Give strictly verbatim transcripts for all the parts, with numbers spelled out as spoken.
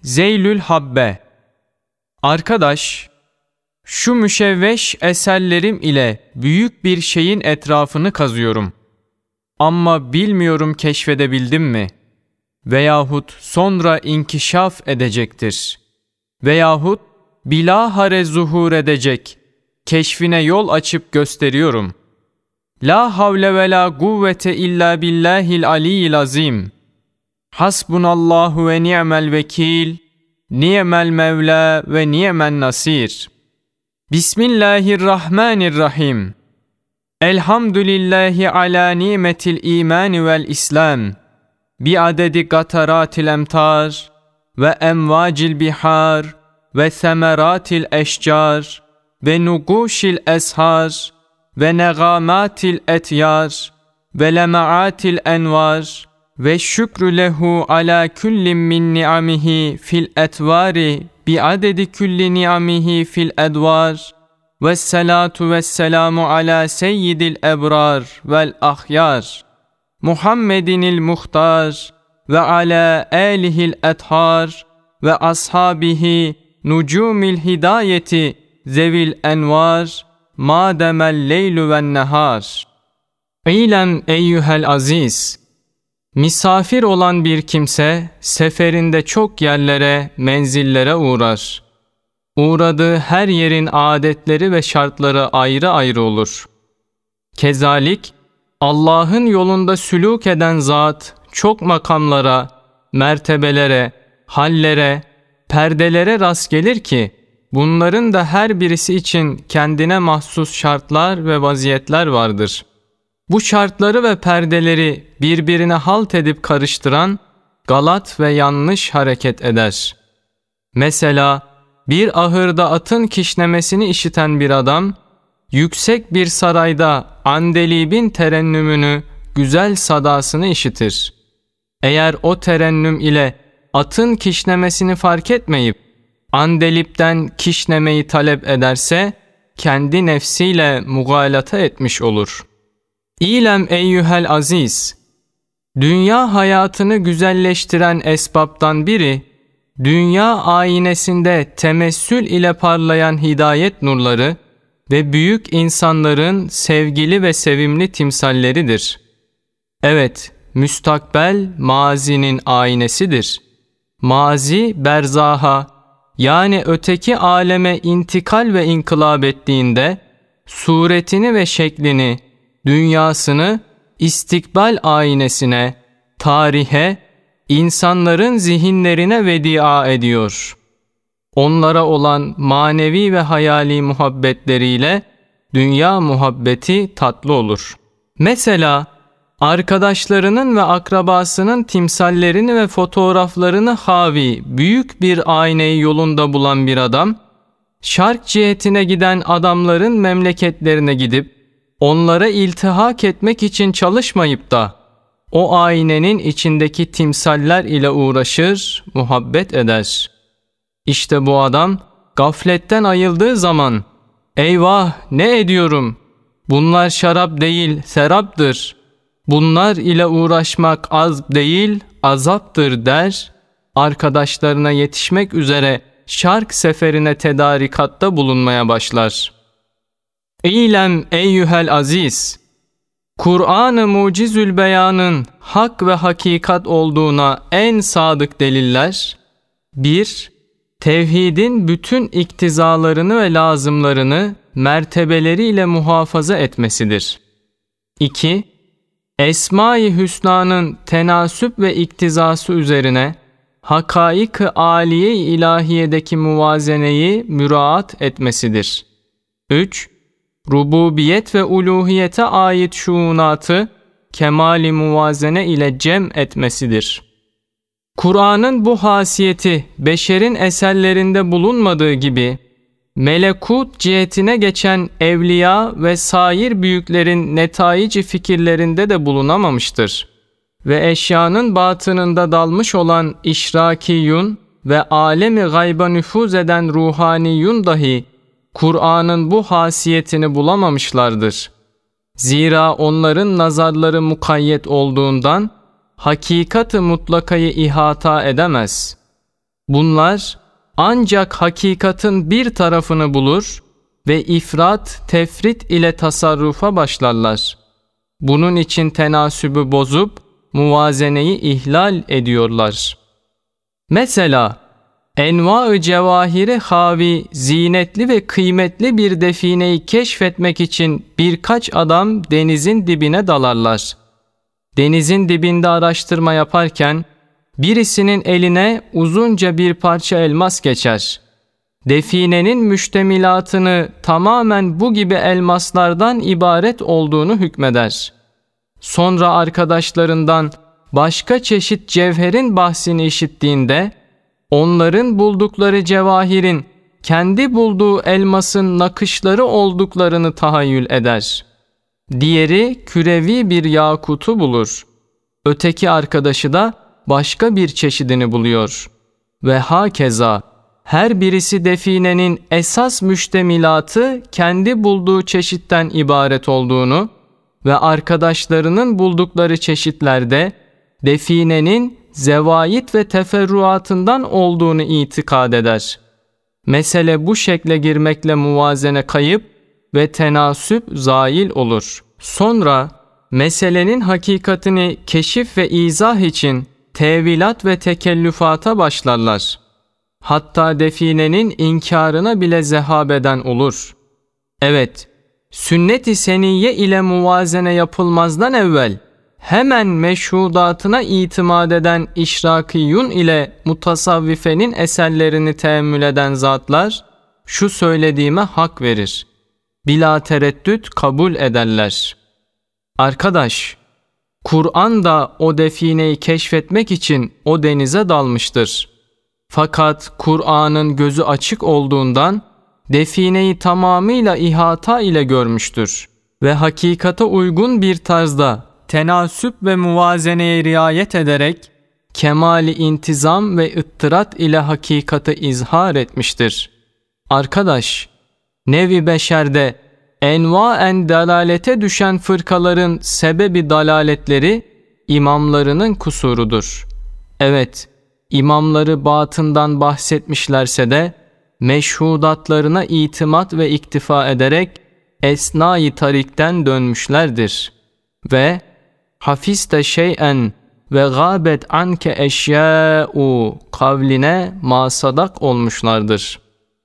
Zeylül Habbe. Arkadaş, şu müşevveş eserlerim ile büyük bir şeyin etrafını kazıyorum. Ama bilmiyorum keşfedebildim mi? Veyahut sonra inkişaf edecektir. Veyahut bilahare zuhur edecek. Keşfine yol açıp gösteriyorum. La havle ve la kuvvete illa billahil aliyyil azim. Hasbunallahu ve ni'mel vekil. Ni'mel mevla ve ni'men nasir. Bismillahirrahmanirrahim. Elhamdülillahi ala nimetil iman vel islam. Bi adedi gataratil emtar ve emvacil bihar ve semeratil eşcar ve nuguşil eshar ve negamatil etyar ve lemaatil envar ve şükrü lehu ala kullin min ni'amihi fil etvari bi adedi kulli ni'amihi fil edvar ve salatu ve selamu ala seyyidil ebrar vel ahyar Muhammedinil muhtar ve ala alihil ethar ve ashabihi nucumil hidayeti zevil envar mademel leylü ven nehar. İlem eyyuhel aziz, misafir olan bir kimse seferinde çok yerlere, menzillere uğrar. Uğradığı her yerin adetleri ve şartları ayrı ayrı olur. Kezalik, Allah'ın yolunda sülûk eden zat çok makamlara, mertebelere, hallere, perdelere rast gelir ki, bunların da her birisi için kendine mahsus şartlar ve vaziyetler vardır. Bu şartları ve perdeleri birbirine halt edip karıştıran, galat ve yanlış hareket eder. Mesela bir ahırda atın kişnemesini işiten bir adam, yüksek bir sarayda andelibin terennümünü, güzel sadasını işitir. Eğer o terennüm ile atın kişnemesini fark etmeyip, andelipten kişnemeyi talep ederse, kendi nefsiyle mugalata etmiş olur. İlem eyyuhel aziz, dünya hayatını güzelleştiren esbaptan biri, dünya aynesinde temessül ile parlayan hidayet nurları ve büyük insanların sevgili ve sevimli timsalleridir. Evet, müstakbel mazinin aynesidir. Mazi berzaha, yani öteki aleme intikal ve inkılap ettiğinde, suretini ve şeklini, dünyasını istikbal aynesine, tarihe, insanların zihinlerine vedia ediyor. Onlara olan manevi ve hayali muhabbetleriyle dünya muhabbeti tatlı olur. Mesela arkadaşlarının ve akrabasının timsallerini ve fotoğraflarını havi büyük bir ayneyi yolunda bulan bir adam, şark cihetine giden adamların memleketlerine gidip onlara iltihak etmek için çalışmayıp da o aynenin içindeki timsaller ile uğraşır, muhabbet eder. İşte bu adam gafletten ayıldığı zaman, eyvah ne ediyorum, bunlar şarap değil seraptır, bunlar ile uğraşmak az değil azaptır der, arkadaşlarına yetişmek üzere şark seferine tedarikatta bulunmaya başlar. İlem eyyuhel aziz, Kur'an-ı Mucizül Beyan'ın hak ve hakikat olduğuna en sadık deliller, bir, tevhidin bütün iktizalarını ve lazımlarını mertebeleriyle muhafaza etmesidir. iki, Esma-i Hüsna'nın tenasüp ve iktizası üzerine hakaik-ı âliye-i ilahiyedeki muvazeneyi müraat etmesidir. üç, Rububiyet ve uluhiyete ait şuunatı kemali muvazene ile cem etmesidir. Kur'an'ın bu hasiyeti beşerin eserlerinde bulunmadığı gibi, melekut cihetine geçen evliya ve sair büyüklerin netaici fikirlerinde de bulunamamıştır. Ve eşyanın batınında dalmış olan işrakiyun ve alemi gayba nüfuz eden ruhaniyun dahi, Kur'an'ın bu hasiyetini bulamamışlardır. Zira onların nazarları mukayyet olduğundan hakikat-ı mutlakayı ihata edemez. Bunlar ancak hakikatin bir tarafını bulur ve ifrat, tefrit ile tasarrufa başlarlar. Bunun için tenasübü bozup muvazeneyi ihlal ediyorlar. Mesela enva-ı cevahiri havi, zinetli ve kıymetli bir defineyi keşfetmek için birkaç adam denizin dibine dalarlar. Denizin dibinde araştırma yaparken birisinin eline uzunca bir parça elmas geçer. Definenin müştemilatını tamamen bu gibi elmaslardan ibaret olduğunu hükmeder. Sonra arkadaşlarından başka çeşit cevherin bahsini işittiğinde onların buldukları cevahirin kendi bulduğu elmasın nakışları olduklarını tahayyül eder. Diğeri kürevi bir yakutu bulur. Öteki arkadaşı da başka bir çeşidini buluyor. Ve hakeza her birisi definenin esas müştemilatı kendi bulduğu çeşitten ibaret olduğunu ve arkadaşlarının buldukları çeşitlerde definenin zevait ve teferruatından olduğunu itikad eder. Mesele bu şekle girmekle muvazene kayıp ve tenasüp zail olur. Sonra meselenin hakikatini keşif ve izah için tevilat ve tekellüfata başlarlar. Hatta definenin inkarına bile zehabeden olur. Evet, sünnet-i seniyye ile muvazene yapılmazdan evvel hemen meşhudatına itimat eden işrakiyun ile mutasavvifenin eserlerini teemmül eden zatlar şu söylediğime hak verir. Bila tereddüt kabul ederler. Arkadaş, Kur'an da o defineyi keşfetmek için o denize dalmıştır. Fakat Kur'an'ın gözü açık olduğundan defineyi tamamıyla ihata ile görmüştür ve hakikate uygun bir tarzda tenasüp ve muvazeneye riayet ederek kemali intizam ve ıttırat ile hakikati izhar etmiştir. Arkadaş, nevi beşerde envaen dalalete düşen fırkaların sebebi dalaletleri imamlarının kusurudur. Evet, imamları batından bahsetmişlerse de meşhudatlarına itimat ve iktifa ederek esnai tarikten dönmüşlerdir. Ve hafiste şey'en ve gâbet anke eşyâ'u kavline masadak olmuşlardır.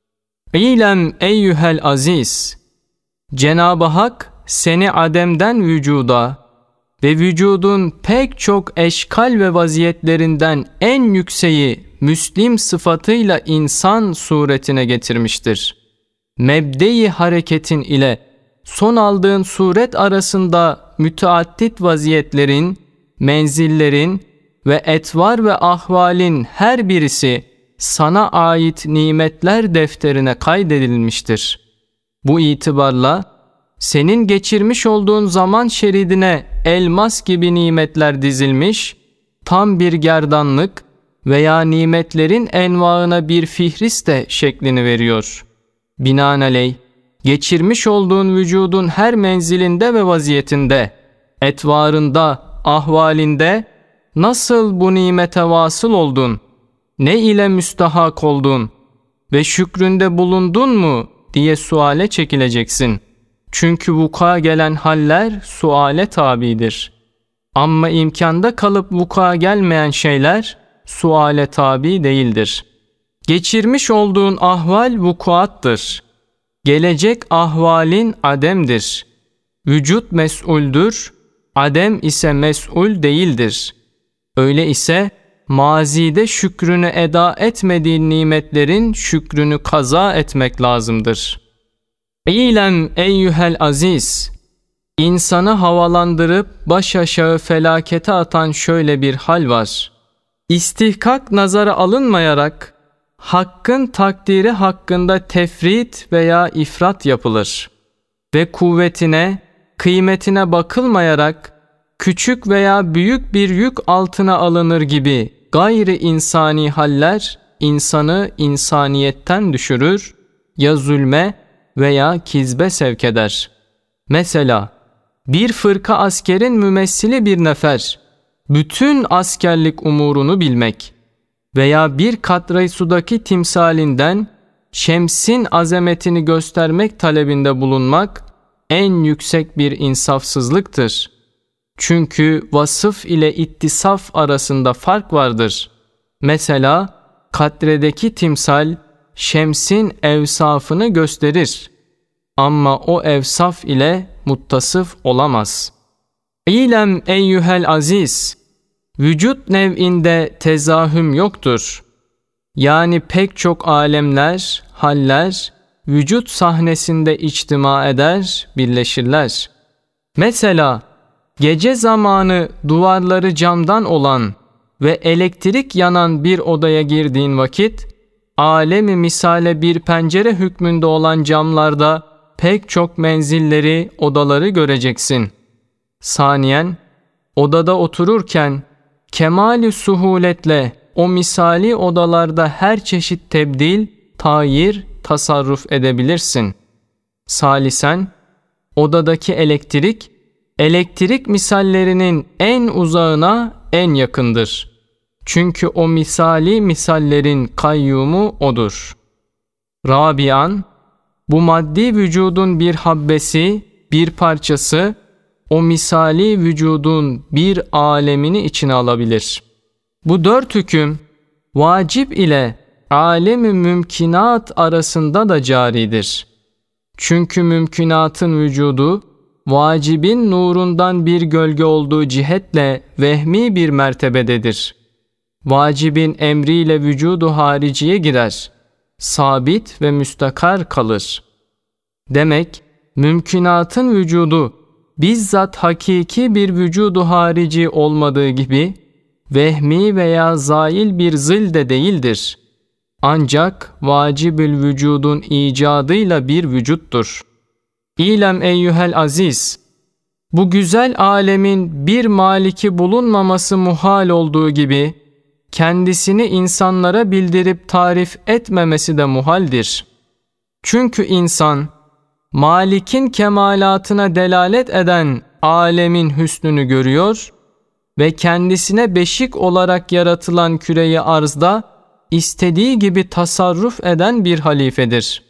İlem eyyühel aziz, Cenab-ı Hak seni ademden vücuda ve vücudun pek çok eşkal ve vaziyetlerinden en yükseği Müslim sıfatıyla insan suretine getirmiştir. Mebde-i hareketin ile son aldığın suret arasında müteaddit vaziyetlerin, menzillerin ve etvar ve ahvalin her birisi sana ait nimetler defterine kaydedilmiştir. Bu itibarla senin geçirmiş olduğun zaman şeridine elmas gibi nimetler dizilmiş, tam bir gerdanlık veya nimetlerin envaına bir fihriste şeklini veriyor. Binaenaleyh, geçirmiş olduğun vücudun her menzilinde ve vaziyetinde, etvarında, ahvalinde nasıl bu nimete vasıl oldun, ne ile müstahak oldun ve şükründe bulundun mu diye suale çekileceksin. Çünkü vuku'a gelen haller suale tabidir. Ama imkanda kalıp vuku'a gelmeyen şeyler suale tabi değildir. Geçirmiş olduğun ahval vukuattır. Gelecek ahvalin ademdir. Vücut mes'uldür, adem ise mes'ul değildir. Öyle ise mazide şükrünü eda etmediğin nimetlerin şükrünü kaza etmek lazımdır. İlem eyyühel aziz, insanı havalandırıp baş aşağı felakete atan şöyle bir hal var. İstihkak nazara alınmayarak hakkın takdiri hakkında tefrit veya ifrat yapılır ve kuvvetine, kıymetine bakılmayarak küçük veya büyük bir yük altına alınır gibi gayri insani haller insanı insaniyetten düşürür, ya zulme veya kizbe sevk eder. Mesela bir fırka askerin mümessili bir nefer, bütün askerlik umurunu bilmek, veya bir katre sudaki timsalinden şemsin azametini göstermek talebinde bulunmak en yüksek bir insafsızlıktır. Çünkü vasıf ile ittisaf arasında fark vardır. Mesela katredeki timsal şemsin evsafını gösterir. Ama o evsaf ile muttasıf olamaz. İlem eyyühel aziz, vücut nev'inde tezahüm yoktur. Yani pek çok alemler, haller, vücut sahnesinde içtima eder, birleşirler. Mesela gece zamanı duvarları camdan olan ve elektrik yanan bir odaya girdiğin vakit, alemi misale bir pencere hükmünde olan camlarda pek çok menzilleri, odaları göreceksin. Saniyen, odada otururken kemali suhuletle o misali odalarda her çeşit tebdil, tayir, tasarruf edebilirsin. Salisen, odadaki elektrik, elektrik misallerinin en uzağına en yakındır. Çünkü o misali misallerin kayyumu odur. Rabian, bu maddi vücudun bir habbesi, bir parçası, o misali vücudun bir alemini içine alabilir. Bu dört hüküm, vacip ile alem-i mümkinat arasında da caridir. Çünkü mümkinatın vücudu, vacibin nurundan bir gölge olduğu cihetle vehmi bir mertebededir. Vacibin emriyle vücudu hariciye girer, sabit ve müstakar kalır. Demek, mümkinatın vücudu, bizzat hakiki bir vücudu harici olmadığı gibi, vehmi veya zail bir zil de değildir. Ancak vacibül vücudun icadıyla bir vücuttur. İlem eyyühel aziz, bu güzel alemin bir maliki bulunmaması muhal olduğu gibi, kendisini insanlara bildirip tarif etmemesi de muhaldir. Çünkü insan, Malik'in kemalatına delalet eden alemin hüsnünü görüyor ve kendisine beşik olarak yaratılan küreyi arzda istediği gibi tasarruf eden bir halifedir.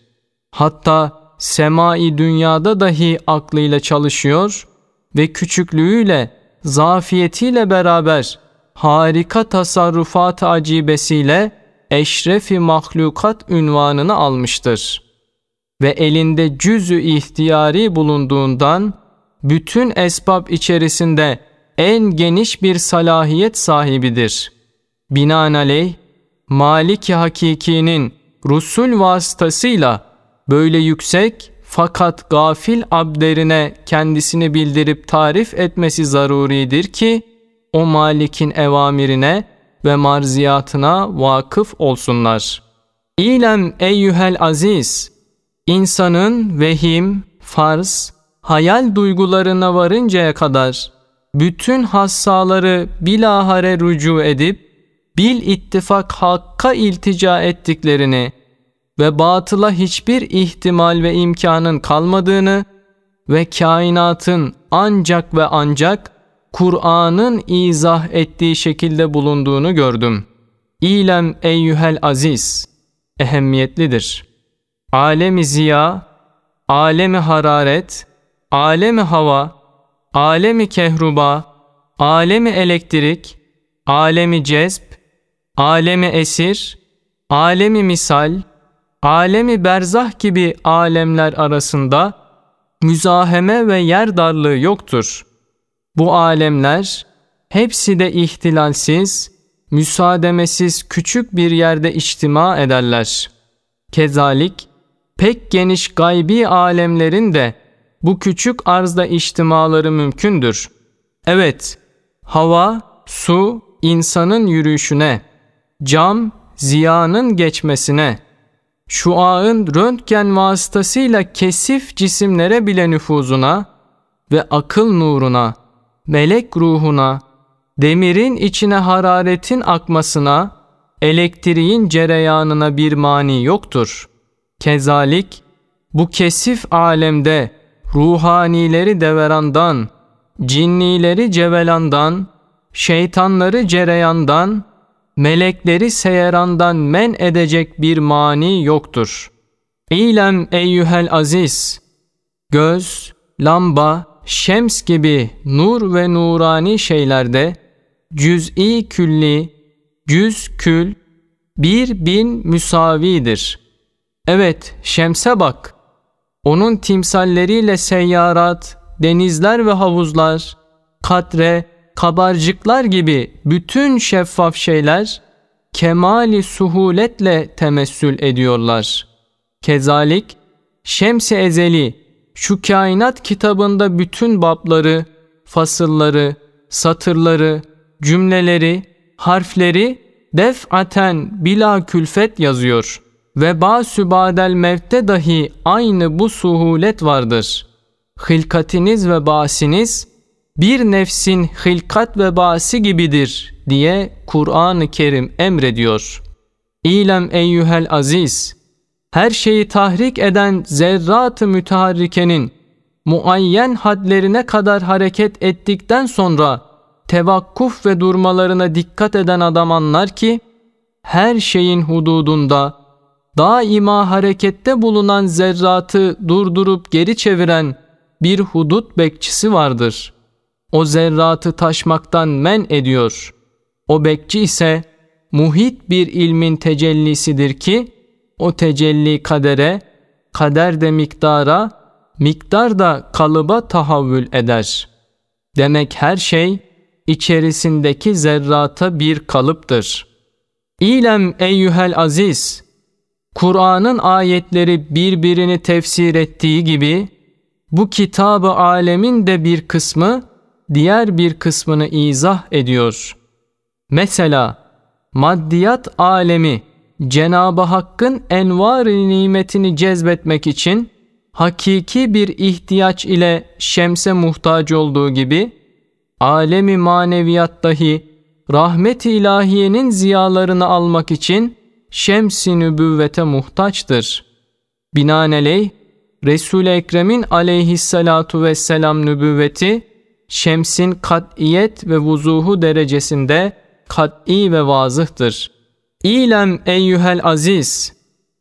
Hatta semai dünyada dahi aklıyla çalışıyor ve küçüklüğüyle, zafiyetiyle beraber harika tasarrufat-ı acibesiyle eşrefi mahlukat ünvanını almıştır. Ve elinde cüz-ü ihtiyari bulunduğundan bütün esbab içerisinde en geniş bir salahiyet sahibidir. Binaenaleyh, Malik-i Hakiki'nin Rusul vasıtasıyla böyle yüksek fakat gafil abderine kendisini bildirip tarif etmesi zaruridir ki, o Malik'in evamirine ve marziyatına vakıf olsunlar. İlem eyyühel aziz, insanın vehim, farz, hayal duygularına varıncaya kadar bütün hassaları bilahare rücu edip bil ittifak hakka iltica ettiklerini ve batıla hiçbir ihtimal ve imkanın kalmadığını ve kainatın ancak ve ancak Kur'an'ın izah ettiği şekilde bulunduğunu gördüm. İlem eyyühel aziz, ehemmiyetlidir. Alemi ziya, alemi hararet, alemi hava, alemi kehruba, alemi elektrik, alemi cezb, alemi esir, alemi misal, alemi berzah gibi alemler arasında müzaheme ve yer darlığı yoktur. Bu alemler hepsi de ihtilalsiz, müsaademesiz küçük bir yerde içtima ederler. Kezalik, pek geniş gaybi alemlerin de bu küçük arzda içtimaları mümkündür. Evet, hava, su, insanın yürüyüşüne, cam, ziyanın geçmesine, şuağın röntgen vasıtasıyla kesif cisimlere bile nüfuzuna ve akıl nuruna, melek ruhuna, demirin içine hararetin akmasına, elektriğin cereyanına bir mani yoktur. Kezalik, bu kesif alemde ruhanileri deverandan, cinnileri cevelandan, şeytanları cereyandan, melekleri seyerandan men edecek bir mani yoktur. İlem eyyuhel aziz, göz, lamba, şems gibi nur ve nurani şeylerde cüz'i külli, cüz kül, bir bin müsavidir. Evet, şemse bak. Onun timsalleriyle seyyarat, denizler ve havuzlar, katre, kabarcıklar gibi bütün şeffaf şeyler kemali suhuletle temessül ediyorlar. Kezalik, Şems-i Ezeli, şu kainat kitabında bütün babları, fasılları, satırları, cümleleri, harfleri def'aten bila külfet yazıyor. Ve basübadel mevte dahi aynı bu suhulet vardır. Hilkatiniz ve basiniz bir nefsin hilkat ve basi gibidir diye Kur'an-ı Kerim emrediyor. İlem eyyuhel aziz, her şeyi tahrik eden zerrat-ı müteharrikenin muayyen hadlerine kadar hareket ettikten sonra tevakkuf ve durmalarına dikkat eden adam anlar ki her şeyin hududunda daima harekette bulunan zerratı durdurup geri çeviren bir hudut bekçisi vardır. O zerratı taşmaktan men ediyor. O bekçi ise muhit bir ilmin tecellisidir ki o tecelli kadere, kader de miktara, miktar da kalıba tahavvül eder. Demek her şey içerisindeki zerrata bir kalıptır. İlem eyyuhel aziz, Kur'an'ın ayetleri birbirini tefsir ettiği gibi bu kitab-ı alemin de bir kısmı diğer bir kısmını izah ediyor. Mesela maddiyat alemi Cenab-ı Hakk'ın envar-ı nimetini cezbetmek için hakiki bir ihtiyaç ile şemse muhtaç olduğu gibi alemi maneviyat dahi rahmet-i ilahiyenin ziyalarını almak için şems-i nübüvvete muhtaçtır. Binaenaleyh Resul-i Ekrem'in aleyhissalatu vesselam nübüvveti şemsin kat'iyet ve vuzuhu derecesinde kat'i ve vazıhtır. İlem eyyuhel aziz,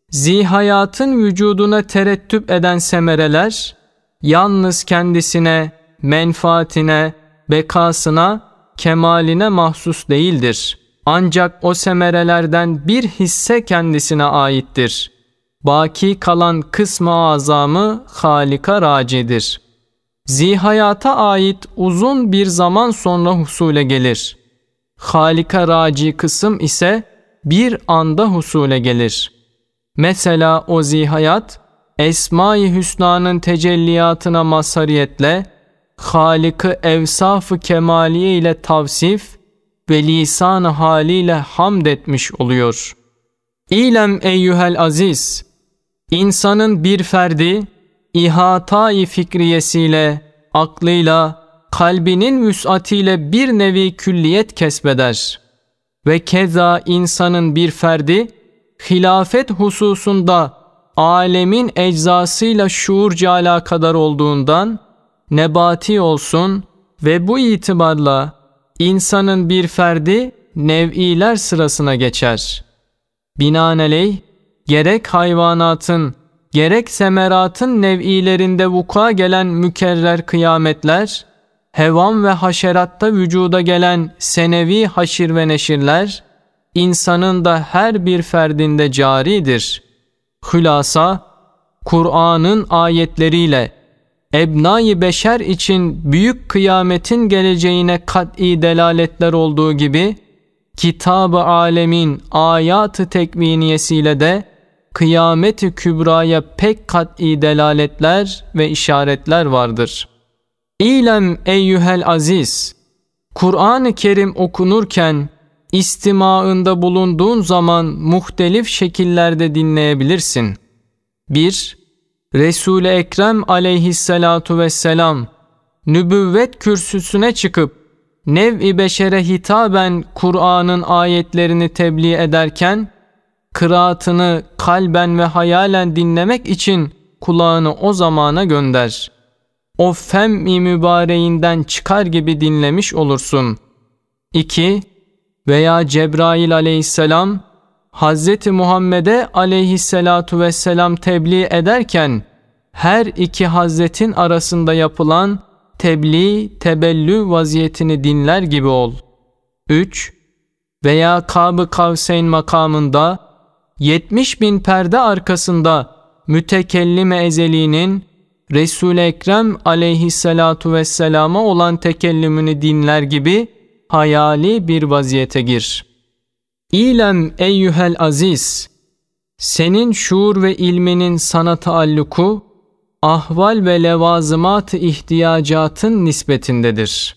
zihayatın vücuduna terettüp eden semereler yalnız kendisine, menfaatine, bekasına, kemaline mahsus değildir. Ancak o semerelerden bir hisse kendisine aittir. Baki kalan kısmı azamı Halik'a racidir. Zihayata ait uzun bir zaman sonra husule gelir. Halik'a raci kısım ise bir anda husule gelir. Mesela o zihayat Esma-i Hüsna'nın tecelliyatına mazhariyetle Halik'ı evsaf-ı kemaliye ile tavsif ve lisan-ı haliyle hamd etmiş oluyor. İlem eyyuhel aziz, insanın bir ferdi ihata-i fikriyesiyle, aklıyla, kalbinin vüs'atiyle bir nevi külliyet kesbeder. Ve keza insanın bir ferdi hilafet hususunda alemin eczasıyla şuurca alakadar olduğundan nebati olsun ve bu itibarla insanın bir ferdi nev'iler sırasına geçer. Binaenaleyh gerek hayvanatın gerek semeratın nev'ilerinde vuku'a gelen mükerrer kıyametler, hevan ve haşeratta vücuda gelen senevi haşir ve neşirler, insanın da her bir ferdinde caridir. Hülasa, Kur'an'ın ayetleriyle ebnai beşer için büyük kıyametin geleceğine kat'i delaletler olduğu gibi, Kitab-ı Alemin ayat-ı tekviniyesiyle de kıyamet-i kübraya pek kat'i delaletler ve işaretler vardır. İlem eyyuhel aziz, Kur'an-ı Kerim okunurken istimaında bulunduğun zaman muhtelif şekillerde dinleyebilirsin. bir. Resul-i Ekrem aleyhissalatu vesselam nübüvvet kürsüsüne çıkıp nev-i beşere hitaben Kur'an'ın ayetlerini tebliğ ederken kıraatını kalben ve hayalen dinlemek için kulağını o zamana gönder. O fem-i mübareğinden çıkar gibi dinlemiş olursun. iki. veya Cebrail aleyhisselam Hazreti Muhammed'e aleyhisselatu vesselam tebliğ ederken her iki hazretin arasında yapılan tebliğ, tebellü vaziyetini dinler gibi ol. üç. Veya Kâb-ı Kavseyn makamında yetmiş bin perde arkasında mütekellim-i ezeliğinin Resul-i Ekrem aleyhisselatu vesselama olan tekellümünü dinler gibi hayali bir vaziyete gir. İlem eyyühel aziz, senin şuur ve ilminin sana taalluku, ahval ve levazımat-ı ihtiyacatın nispetindedir.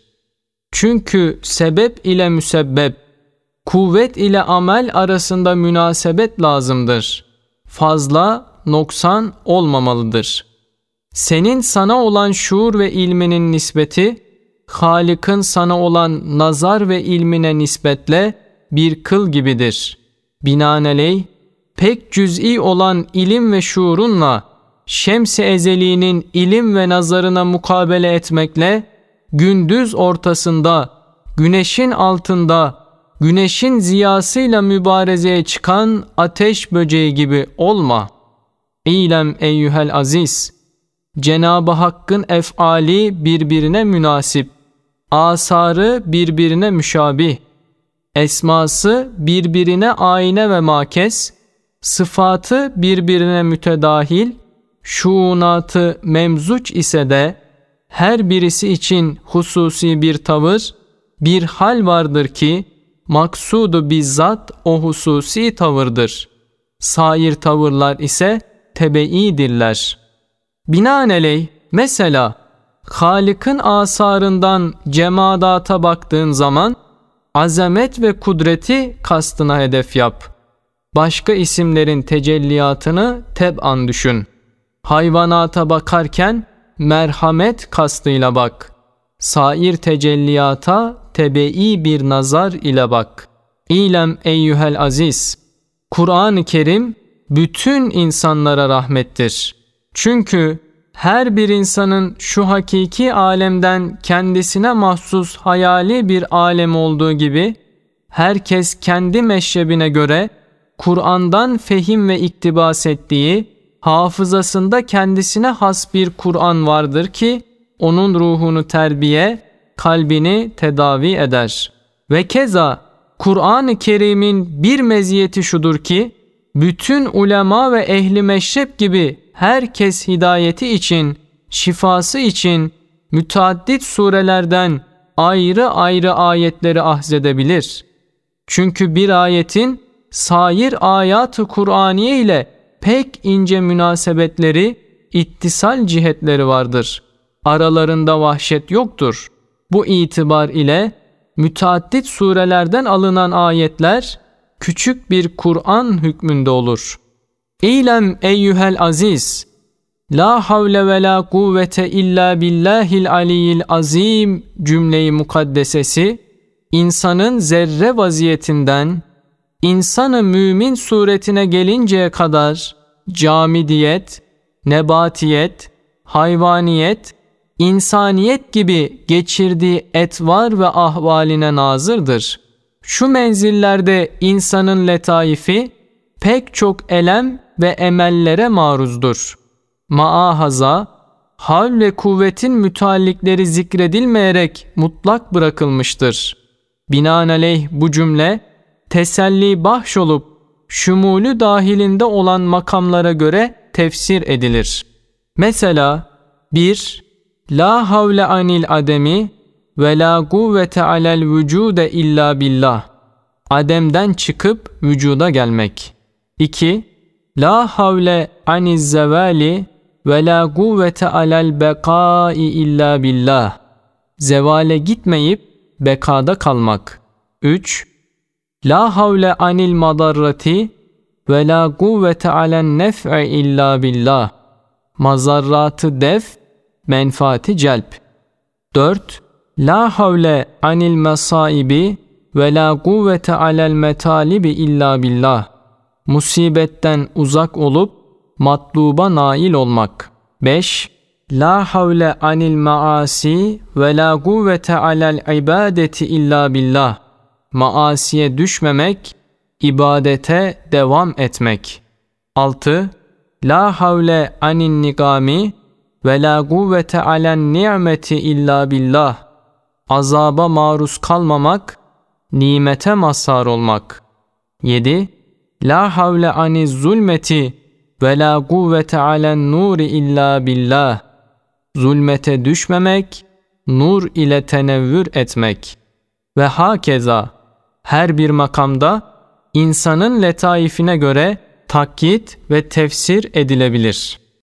Çünkü sebep ile müsebbep, kuvvet ile amel arasında münasebet lazımdır. Fazla, noksan olmamalıdır. Senin sana olan şuur ve ilminin nispeti, Halık'ın sana olan nazar ve ilmine nispetle bir kıl gibidir. Binaenaleyh, pek cüz'i olan ilim ve şuurunla, Şems-i Ezeli'nin ilim ve nazarına mukabele etmekle, gündüz ortasında, güneşin altında, güneşin ziyasıyla mübarezeye çıkan ateş böceği gibi olma. İlem eyyühel aziz, Cenab-ı Hakk'ın ef'ali birbirine münasip, asarı birbirine müşabih, esması birbirine ayne ve makes, sıfatı birbirine mütedahil, şuunatı memzuç ise de her birisi için hususi bir tavır, bir hal vardır ki maksudu bizzat o hususi tavırdır. Sair tavırlar ise tebeidirler. Binaenaleyh mesela Halık'ın asarından cemadata baktığın zaman azamet ve kudreti kastına hedef yap. Başka isimlerin tecelliyatını teb'an düşün. Hayvanata bakarken merhamet kastıyla bak. Sair tecelliyata tebe'i bir nazar ile bak. İlem eyyühel aziz, Kur'an-ı Kerim bütün insanlara rahmettir. Çünkü her bir insanın şu hakiki alemden kendisine mahsus hayali bir alem olduğu gibi, herkes kendi meşrebine göre Kur'an'dan fehim ve iktibas ettiği, hafızasında kendisine has bir Kur'an vardır ki, onun ruhunu terbiye, kalbini tedavi eder. Ve keza Kur'an-ı Kerim'in bir meziyeti şudur ki, bütün ulema ve ehli meşrep gibi herkes hidayeti için, şifası için müteaddit surelerden ayrı ayrı ayetleri ahzedebilir. Çünkü bir ayetin sair ayat-ı Kur'aniye ile pek ince münasebetleri, ittisal cihetleri vardır. Aralarında vahşet yoktur. Bu itibar ile müteaddit surelerden alınan ayetler küçük bir Kur'an hükmünde olur. İlem eyyühel aziz, la havle ve la kuvvete illa billahil aliyyil azim cümleyi mukaddesesi, insanın zerre vaziyetinden, insanı mümin suretine gelinceye kadar camidiyet, nebatiyet, hayvaniyet, insaniyet gibi geçirdiği etvar ve ahvaline nazırdır. Şu menzillerde insanın letaifi pek çok elem ve emellere maruzdur. Maahaza, havl ve kuvvetin müteallikleri zikredilmeyerek mutlak bırakılmıştır. Binaenaleyh bu cümle teselli bahşolup şumulü dahilinde olan makamlara göre tefsir edilir. Mesela bir La havle anil ademi ve la kuvvete alel vücude illa billah. Ademden çıkıp vücuda gelmek. iki La havle aniz zevali ve la kuvvete alel bekai illa billah. Zevale gitmeyip bekada kalmak. üç La havle anil madarrati ve la kuvvete alen nef'i illa billah. Mazarratı def, menfaati celp. dört La havle anil mesaibi ve la kuvvete alel metalibi illa billah. Musibetten uzak olup matluba nail olmak. beş La havle anil maasi ve la kuvvete alel ibadeti illa billah. maasiye düşmemek, ibadete devam etmek. altı. La havle anin nigami ve la kuvvete alen ni'meti illa billah. Azaba maruz kalmamak, nimete mazhar olmak. yedi. La havle ani zulmeti ve la kuvvete alen nuri illa billah. Zulmete düşmemek, nur ile tenevvür etmek. Ve hakeza her bir makamda insanın letaifine göre takyit ve tefsir edilebilir.